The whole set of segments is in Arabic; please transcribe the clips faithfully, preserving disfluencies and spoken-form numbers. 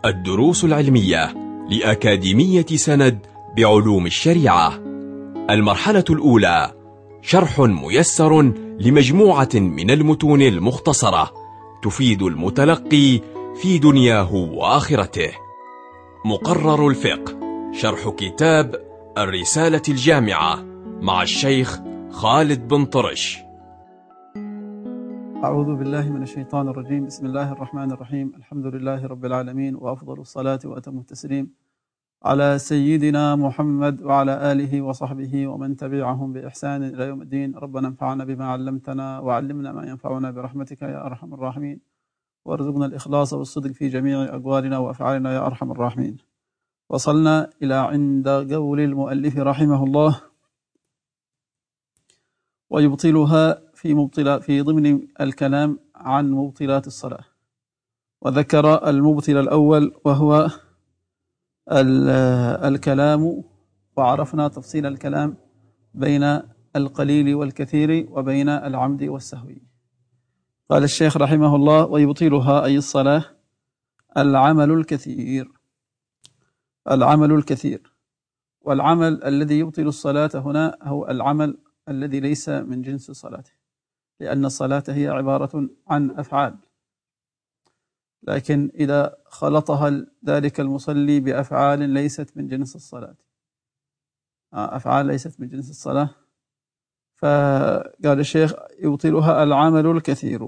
الدروس العلمية لأكاديمية سند بعلوم الشريعة. المرحلة الأولى: شرح ميسر لمجموعة من المتون المختصرة تفيد المتلقي في دنياه وآخرته. مقرر الفقه، شرح كتاب الرسالة الجامعة مع الشيخ خالد بن طرش. أعوذ بالله من الشيطان الرجيم. بسم الله الرحمن الرحيم. الحمد لله رب العالمين، وأفضل الصلاة وأتم التسليم على سيدنا محمد وعلى آله وصحبه ومن تبعهم بإحسان إلى يوم الدين. ربنا انفعنا بما علمتنا وعلمنا ما ينفعنا برحمتك يا أرحم الراحمين، وارزقنا الإخلاص والصدق في جميع أقوالنا وأفعالنا يا أرحم الراحمين. وصلنا إلى عند قول المؤلف رحمه الله: ويبطلها في مبطل في ضمن الكلام عن مبطلات الصلاة. وذكر المبطل الأول وهو الكلام، وعرفنا تفصيل الكلام بين القليل والكثير وبين العمد والسهو. قال الشيخ رحمه الله: ويبطلها أي الصلاة العمل الكثير. العمل الكثير، والعمل الذي يبطل الصلاة هنا هو العمل الذي ليس من جنس الصلاة، لأن الصلاة هي عبارة عن أفعال، لكن إذا خلطها ذلك المصلي بأفعال ليست من جنس الصلاة، أفعال ليست من جنس الصلاة، فقال الشيخ: يبطلها العمل الكثير.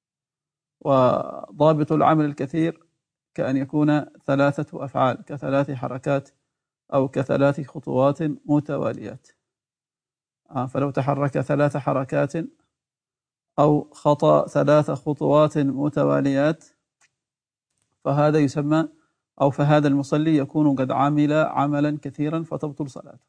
وضابط العمل الكثير كأن يكون ثلاثة أفعال كثلاث حركات أو كثلاث خطوات متواليات. فلو تحرك ثلاث حركات أو خطأ ثلاث خطوات متواليات فهذا يسمى أو فهذا المصلي يكون قد عمل عملا كثيرا فتبطل صلاته.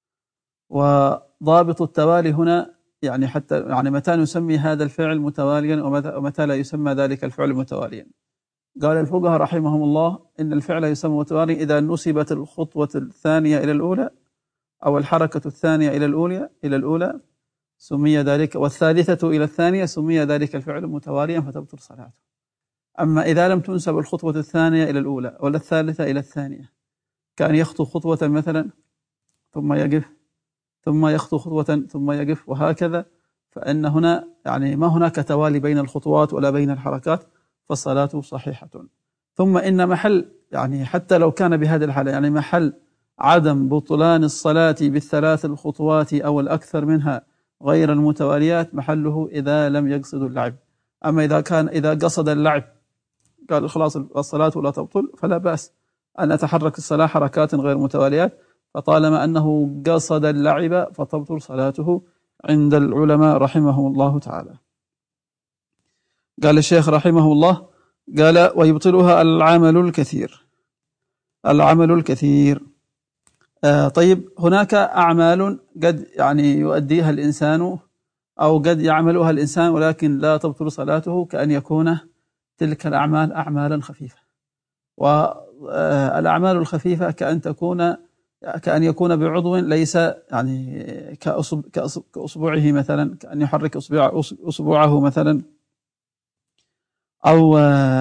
وضابط التوالي هنا يعني حتى يعني متى نسمي هذا الفعل متواليا ومتى لا يسمى ذلك الفعل متواليا. قال الفقهاء رحمهم الله: إن الفعل يسمى متوالي إذا نسبت الخطوة الثانية إلى الأولى أو الحركة الثانية إلى الأولى إلى الأولى سمي ذلك، والثالثة إلى الثانية سمي ذلك الفعل متواليا فتبطل صلاته. أما إذا لم تنسب الخطوة الثانية إلى الأولى ولا الثالثة إلى الثانية، كان يخطو خطوة مثلا ثم يقف ثم يخطو خطوة ثم يقف وهكذا، فإن هنا يعني ما هناك توالي بين الخطوات ولا بين الحركات، فالصلاة صحيحة. ثم إن محل يعني حتى لو كان بهذه الحالة يعني محل عدم بطلان الصلاة بالثلاث الخطوات أو الأكثر منها غير المتواليات محله إذا لم يقصد اللعب. أما إذا كان إذا قصد اللعب قال خلاص الصلاة لا تبطل، فلا بأس أن أتحرك الصلاة حركات غير متواليات، فطالما أنه قصد اللعب فتبطل صلاته عند العلماء رحمهم الله تعالى. قال الشيخ رحمه الله: قال: ويبطلها العمل الكثير. العمل الكثير آه طيب، هناك أعمال قد يعني يؤديها الإنسان أو قد يعملها الإنسان ولكن لا تبطل صلاته، كأن يكون تلك الأعمال أعمالا خفيفة. والأعمال الخفيفة كأن تكون كأن يكون بعضو ليس يعني كأصب كأصبعه مثلا، كأن يحرك أصبع أصبعه مثلا، أو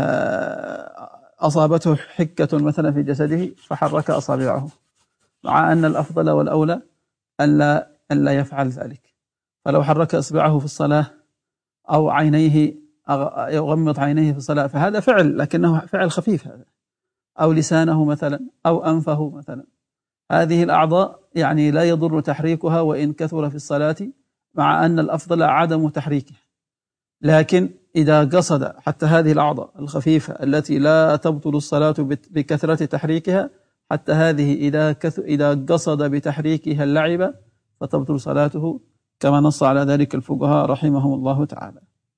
أصابته حكة مثلا في جسده فحرك أصابعه، مع أن الأفضل والأولى أن لا, أن لا يفعل ذلك. فلو حرك إصبعه في الصلاة أو عينيه يغمض عينيه في الصلاة فهذا فعل لكنه فعل خفيف هذا، أو لسانه مثلا أو أنفه مثلا، هذه الأعضاء يعني لا يضر تحريكها وإن كثر في الصلاة، مع أن الأفضل عدم تحريكها. لكن إذا قصد حتى هذه الأعضاء الخفيفة التي لا تبطل الصلاة بكثرة تحريكها، حتى هذه إذا إذا قصد بتحريكها اللعب فتبطل صلاته، كما نص على ذلك الفقهاء رحمهم الله تعالى.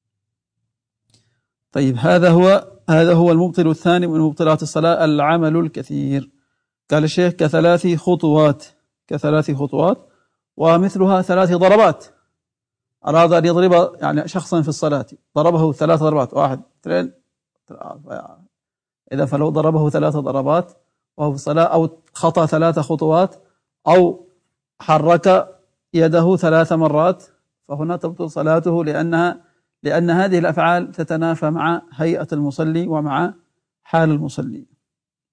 طيب، هذا هو هذا هو المبطل الثاني من مبطلات الصلاة، العمل الكثير. قال الشيخ: كثلاث خطوات كثلاث خطوات ومثلها ثلاث ضربات. أراد أن يضرب يعني شخصا في الصلاة ضربه ثلاث ضربات، واحد اثنين، إذا فلو ضربه ثلاث ضربات وهو في الصلاة، أو خطأ ثلاث خطوات، أو حرك يده ثلاث مرات، فهنا تبطل صلاته، لأنها لأن هذه الأفعال تتنافى مع هيئة المصلي ومع حال المصلي.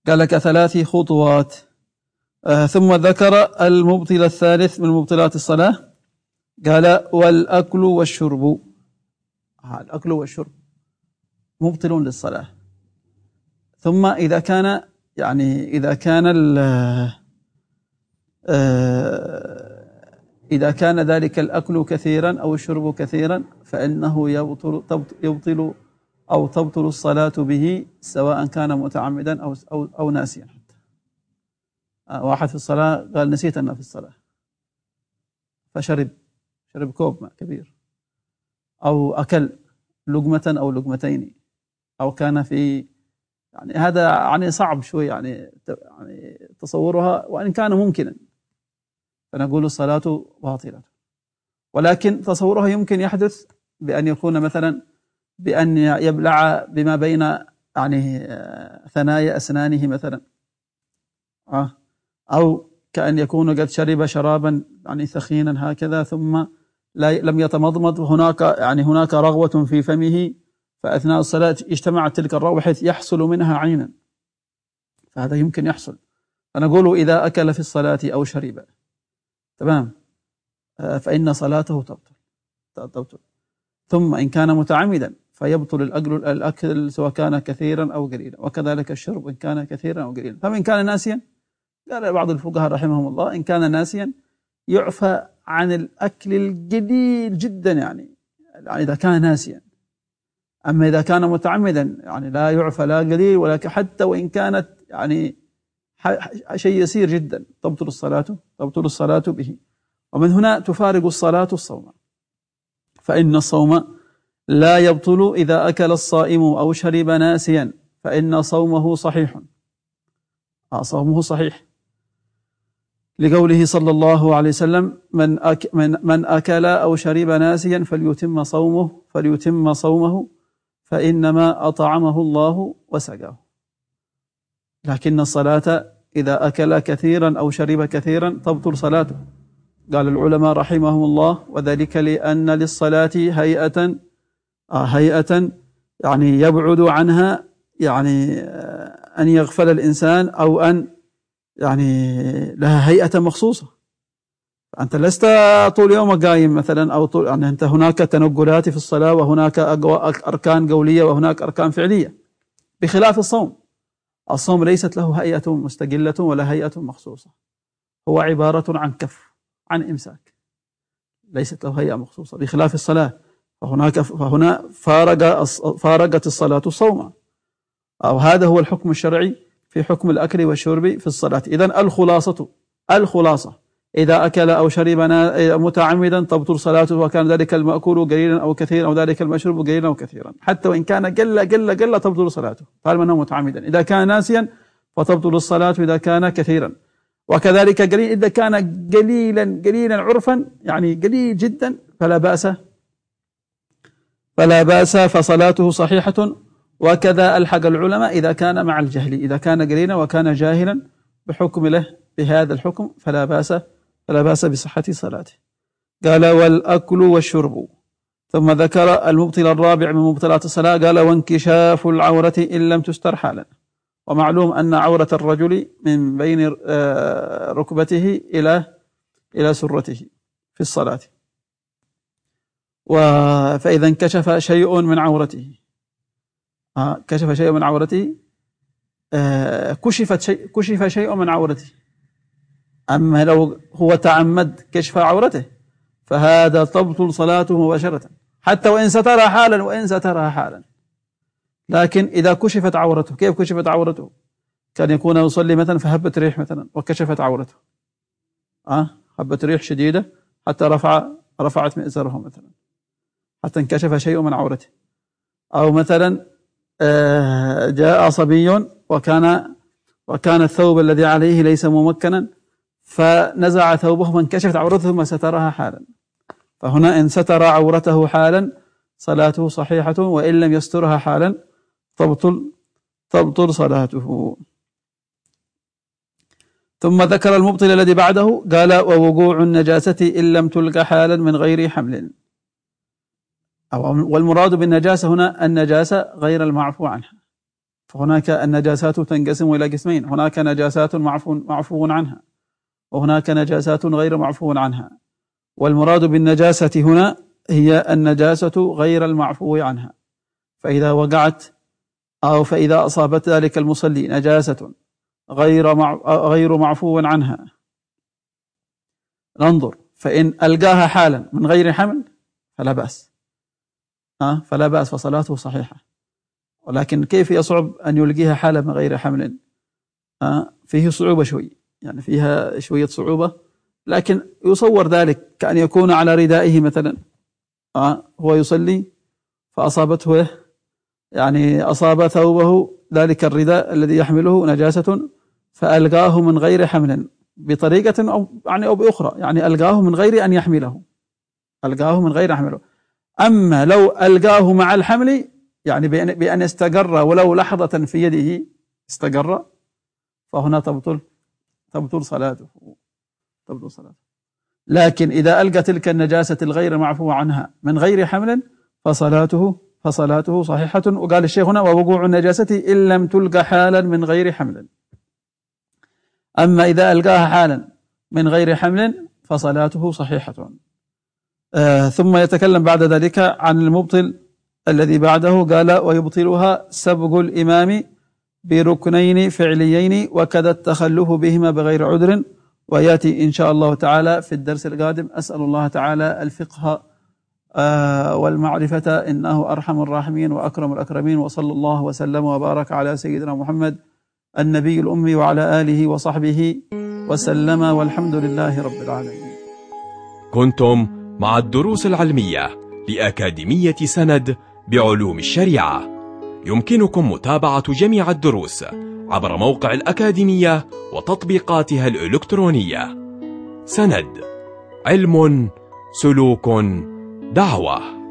قال كثلاث خطوات. آه ثم ذكر المبطل الثالث من مبطلات الصلاة، قال والأكل والشرب. آه الأكل والشرب مبطل للصلاة. ثم إذا كان يعني إذا كان آه إذا كان ذلك الأكل كثيرا أو الشرب كثيرا فإنه يبطل, يبطل أو تبطل الصلاة به سواء كان متعمدا أو, أو, أو ناسيا. آه واحد في الصلاة قال نسيت أنه في الصلاة فشرب شرب كوب ماء كبير، أو أكل لقمة أو لقمتين، أو كان في يعني هذا يعني صعب شوي يعني يعني تصورها، وإن كان ممكنا فنقول الصلاة باطلة. ولكن تصورها يمكن يحدث بأن يكون مثلا بأن يبلع بما بين يعني ثنايا أسنانه مثلا، أو كأن يكون قد شرب شرابا يعني ثخينا هكذا ثم لا لم يتمضمض، هناك يعني هناك رغوة في فمه فأثناء الصلاة اجتمعت تلك الرغوة بحيث يحصل منها عينا، فهذا يمكن يحصل. فنقول إذا أكل في الصلاة أو شرب تمام فإن صلاته تبطل تبطل. ثم إن كان متعمدا فيبطل الأكل الأكل سواء كان كثيرا أو قليلا، وكذلك الشرب إن كان كثيرا أو قليلا. فمن كان ناسيا قال بعض الفقهاء رحمهم الله إن كان ناسيا يعفى عن الأكل القليل جدا، يعني يعني إذا كان ناسيا. أما إذا كان متعمدا يعني لا يعفى لا قليل ولا حتى وإن كانت يعني شيء يسير جدا تبطل الصلاة تبطل الصلاة به. ومن هنا تفارق الصلاة الصوم، فإن الصوم لا يبطل إذا أكل الصائم أو شرب ناسيا فإن صومه صحيح. صومه صحيح لقوله صلى الله عليه وسلم من أك من من أكل أو شرب ناسيا فليتم صومه فليتم صومه فإنما أطعمه الله وسقاه. لكن الصلاة إذا أكل كثيرا أو شرب كثيرا تبطل صلاته. قال العلماء رحمهم الله وذلك لأن للصلاة هيئة هيئة يعني يبعد عنها يعني أن يغفل الإنسان أو أن يعني لها هيئة مخصوصة. أنت لست طول يومك قايم مثلا أو طول يعني أنت هناك تنقلات في الصلاة وهناك أركان قولية وهناك أركان فعلية، بخلاف الصوم. الصوم ليست له هيئة مستقلة ولا هيئة مخصوصة، هو عبارة عن كف عن إمساك، ليست له هيئة مخصوصة، بخلاف الصلاة فهناك فهنا فارق فارقت الصلاة الصوم. أو هذا هو الحكم الشرعي في حكم الأكل والشرب في الصلاة. إذن الخلاصة الخلاصة إذا أكل أو شرب متعمدا تبطل صلاته، وكان ذلك المأكول قليلا أو كثيرا أو ذلك المشروب قليلا أو كثيرا، حتى وإن كان قل قل قل تبطل صلاته طالما أنه متعمدا. إذا كان ناسيا فتبطل الصلاة إذا كان كثيرا، وكذلك قليل إذا كان قليلا قليلا عرفا يعني قليل جدا فلا بأس فلا بأس فصلاته صحيحة. وكذا ألحق العلماء إذا كان مع الجهل، إذا كان قليلا وكان جاهلا بحكم له بهذا الحكم فلا بأس فلا بأس بصحة صلاته. قال والأكل والشرب. ثم ذكر المبطل الرابع من مبطلات الصلاة، قال وانكشاف العورة إن لم تستر حالا. ومعلوم أن عورة الرجل من بين ركبته إلى إلى سرته في الصلاة، فإذا انكشف شيء من عورته كشف شيء من عورته كشفت شيء كشف شيء من عورته. أما لو هو تعمد كشف عورته فهذا تبطل صلاته مباشرة، حتى وإن سترها حالا وإن سترها حالا. لكن إذا كشفت عورته، كيف كشفت عورته؟ كان يكون يصلي مثلا فهبت ريح مثلا وكشفت عورته، أه هبت ريح شديدة حتى رفع رفعت مئزره مثلا حتى انكشف شيء من عورته. أو مثلا جاء صبي وكان وكان الثوب الذي عليه ليس ممكنا فنزع ثوبه فانكشفت عورته ثم سترها حالا، فهنا إن ستر عورته حالا صلاته صحيحة، وإن لم يسترها حالا تبطل تبطل صلاته. ثم ذكر المبطل الذي بعده، قال ووقوع النجاسة إن لم تلق حالا من غير حمل. والمراد بالنجاسة هنا النجاسة غير المعفو عنها، فهناك النجاسات تنقسم إلى قسمين، هناك نجاسات معفو, معفو عنها، وهناك نجاسات غير معفو عنها. والمراد بالنجاسة هنا هي النجاسة غير المعفو عنها، فإذا وقعت أو فإذا أصابت ذلك المصلي نجاسة غير مع غير معفو عنها، ننظر، فإن ألقاها حالا من غير حمل فلا بأس، أه؟ فلا بأس فصلاته صحيحة. ولكن كيف يصعب أن يلقيها حالا من غير حمل؟ أه؟ فيه صعوبة شوي، يعني فيها شوية صعوبة، لكن يصور ذلك كأن يكون على ردائه مثلا، أه؟ هو يصلي فأصابته يعني أصاب ثوبه ذلك الرداء الذي يحمله نجاسة فألقاه من غير حمل بطريقة أو يعني أو بأخرى، يعني ألقاه من غير أن يحمله، ألقاه من غير حمله. أما لو ألقاه مع الحمل يعني بأن, بأن استقر ولو لحظة في يده استقر، فهنا تبطل تبطل صلاته تبطل صلاته. لكن إذا ألقى تلك النجاسة الغير معفو عنها من غير حمل فصلاته فصلاته صحيحة. وقال الشيخ هنا: ووقوع النجاسة إن لم تلقى حالا من غير حمل. أما إذا ألقاها حالا من غير حمل فصلاته صحيحة. آه ثم يتكلم بعد ذلك عن المبطل الذي بعده، قال: ويبطلها سبق الإمام بركنين فعليين وكذا التخلف بهما بغير عذر، ويأتي إن شاء الله تعالى في الدرس القادم. أسأل الله تعالى الفقه آه والمعرفة، إنه أرحم الراحمين وأكرم الأكرمين، وصلى الله وسلم وبارك على سيدنا محمد النبي الأمي وعلى آله وصحبه وسلم، والحمد لله رب العالمين. كنتم مع الدروس العلمية لأكاديمية سند بعلوم الشريعة. يمكنكم متابعة جميع الدروس عبر موقع الأكاديمية وتطبيقاتها الإلكترونية. سند، علم، سلوك، دعوة.